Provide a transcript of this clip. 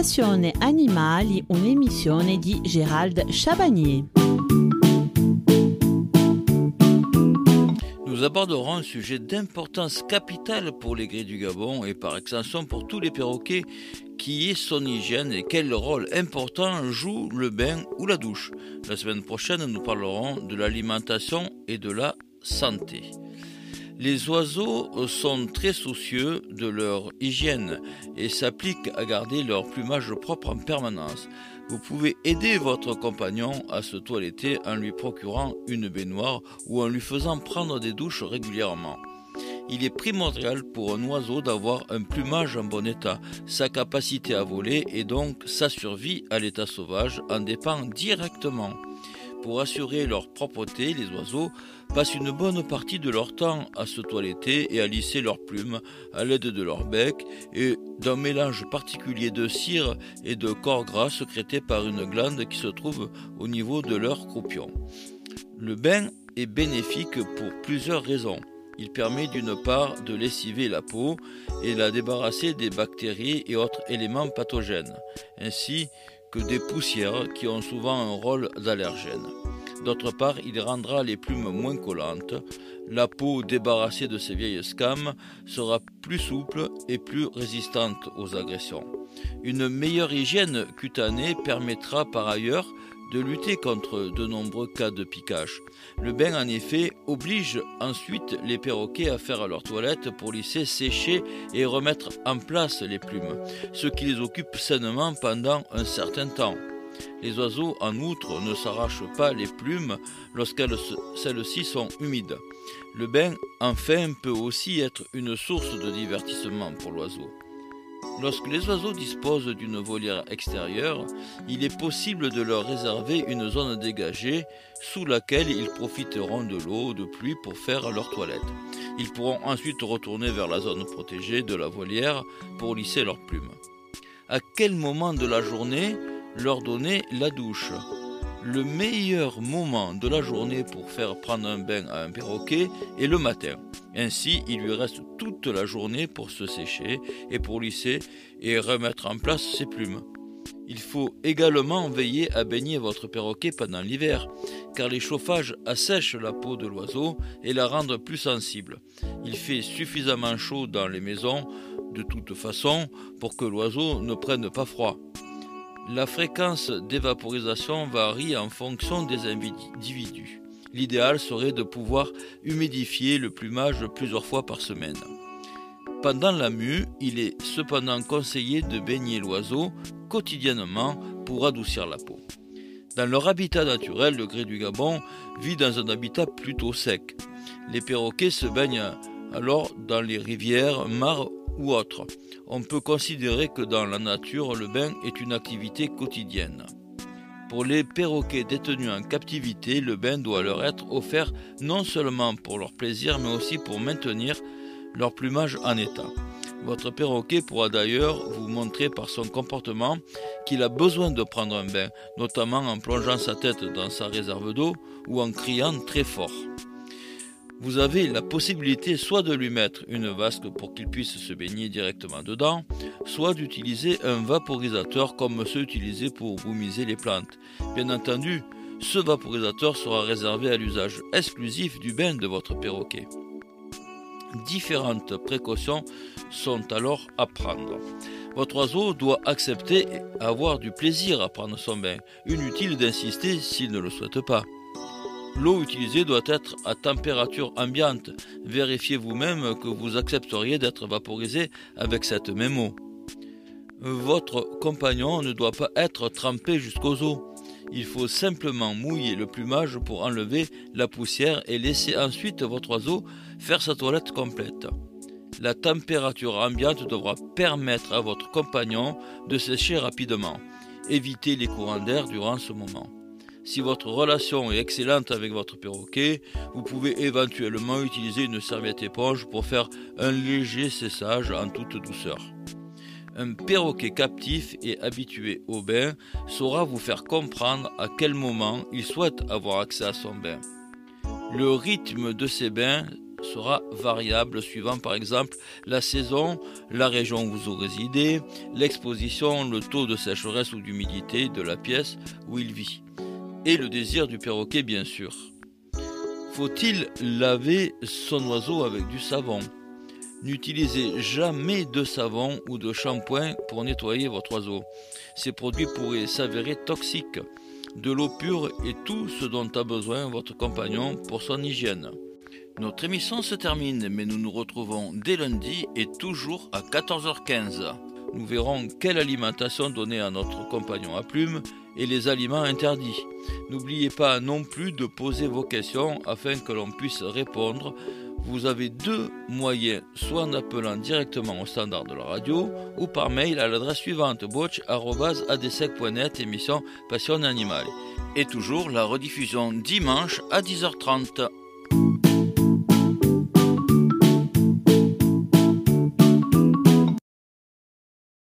Passione Animali, un'emissione di Gérald Chabagnier. Nous aborderons un sujet d'importance capitale pour les grilles du Gabon et par extension pour tous les perroquets, qui est son hygiène et quel rôle important joue le bain ou la douche. La semaine prochaine, nous parlerons de l'alimentation et de la santé. Les oiseaux sont très soucieux de leur hygiène et s'appliquent à garder leur plumage propre en permanence. Vous pouvez aider votre compagnon à se toiletter en lui procurant une baignoire ou en lui faisant prendre des douches régulièrement. Il est primordial pour un oiseau d'avoir un plumage en bon état. Sa capacité à voler et donc sa survie à l'état sauvage en dépend directement. Pour assurer leur propreté, les oiseaux passent une bonne partie de leur temps à se toiletter et à lisser leurs plumes à l'aide de leur bec et d'un mélange particulier de cire et de corps gras sécrété par une glande qui se trouve au niveau de leur croupion. Le bain est bénéfique pour plusieurs raisons. Il permet d'une part de lessiver la peau et la débarrasser des bactéries et autres éléments pathogènes, ainsi que des poussières qui ont souvent un rôle d'allergène. D'autre part, il rendra les plumes moins collantes. La peau débarrassée de ces vieilles scames sera plus souple et plus résistante aux agressions. Une meilleure hygiène cutanée permettra par ailleurs de lutter contre de nombreux cas de piquage. Le bain en effet oblige ensuite les perroquets à faire leur toilette pour lisser, sécher et remettre en place les plumes, ce qui les occupe sainement pendant un certain temps. Les oiseaux en outre ne s'arrachent pas les plumes lorsque celles-ci sont humides. Le bain enfin peut aussi être une source de divertissement pour l'oiseau. Lorsque les oiseaux disposent d'une volière extérieure, il est possible de leur réserver une zone dégagée sous laquelle ils profiteront de l'eau de pluie pour faire leur toilette. Ils pourront ensuite retourner vers la zone protégée de la volière pour lisser leurs plumes. À quel moment de la journée leur donner la douche ? Le meilleur moment de la journée pour faire prendre un bain à un perroquet est le matin. Ainsi, il lui reste toute la journée pour se sécher et pour lisser et remettre en place ses plumes. Il faut également veiller à baigner votre perroquet pendant l'hiver, car les chauffages assèchent la peau de l'oiseau et la rendent plus sensible. Il fait suffisamment chaud dans les maisons, de toute façon, pour que l'oiseau ne prenne pas froid. La fréquence d'évaporisation varie en fonction des individus. L'idéal serait de pouvoir humidifier le plumage plusieurs fois par semaine. Pendant la mue, il est cependant conseillé de baigner l'oiseau quotidiennement pour adoucir la peau. Dans leur habitat naturel, le grès du Gabon vit dans un habitat plutôt sec. Les perroquets se baignent alors dans les rivières, mares ou autres. On peut considérer que dans la nature, le bain est une activité quotidienne. Pour les perroquets détenus en captivité, le bain doit leur être offert non seulement pour leur plaisir, mais aussi pour maintenir leur plumage en état. Votre perroquet pourra d'ailleurs vous montrer par son comportement qu'il a besoin de prendre un bain, notamment en plongeant sa tête dans sa réserve d'eau ou en criant très fort. Vous avez la possibilité soit de lui mettre une vasque pour qu'il puisse se baigner directement dedans, soit d'utiliser un vaporisateur comme ceux utilisés pour baumiser les plantes. Bien entendu, ce vaporisateur sera réservé à l'usage exclusif du bain de votre perroquet. Différentes précautions sont alors à prendre. Votre oiseau doit accepter et avoir du plaisir à prendre son bain. Inutile d'insister s'il ne le souhaite pas. L'eau utilisée doit être à température ambiante. Vérifiez vous-même que vous accepteriez d'être vaporisé avec cette même eau. Votre compagnon ne doit pas être trempé jusqu'aux os. Il faut simplement mouiller le plumage pour enlever la poussière et laisser ensuite votre oiseau faire sa toilette complète. La température ambiante devra permettre à votre compagnon de sécher rapidement. Évitez les courants d'air durant ce moment. Si votre relation est excellente avec votre perroquet, vous pouvez éventuellement utiliser une serviette éponge pour faire un léger séchage en toute douceur. Un perroquet captif et habitué au bain saura vous faire comprendre à quel moment il souhaite avoir accès à son bain. Le rythme de ces bains sera variable suivant par exemple la saison, la région où vous résidez, l'exposition, le taux de sécheresse ou d'humidité de la pièce où il vit. Et le désir du perroquet bien sûr. Faut-il laver son oiseau avec du savon ? N'utilisez jamais de savon ou de shampoing pour nettoyer votre oiseau. Ces produits pourraient s'avérer toxiques. De l'eau pure est tout ce dont a besoin votre compagnon pour son hygiène. Notre émission se termine, mais nous nous retrouvons dès lundi et toujours à 14h15. Nous verrons quelle alimentation donner à notre compagnon à plumes et les aliments interdits. N'oubliez pas non plus de poser vos questions afin que l'on puisse répondre. Vous avez deux moyens, soit en appelant directement au standard de la radio ou par mail à l'adresse suivante boch@adsec.net, émission Passion Animale. Et toujours la rediffusion dimanche à 10h30.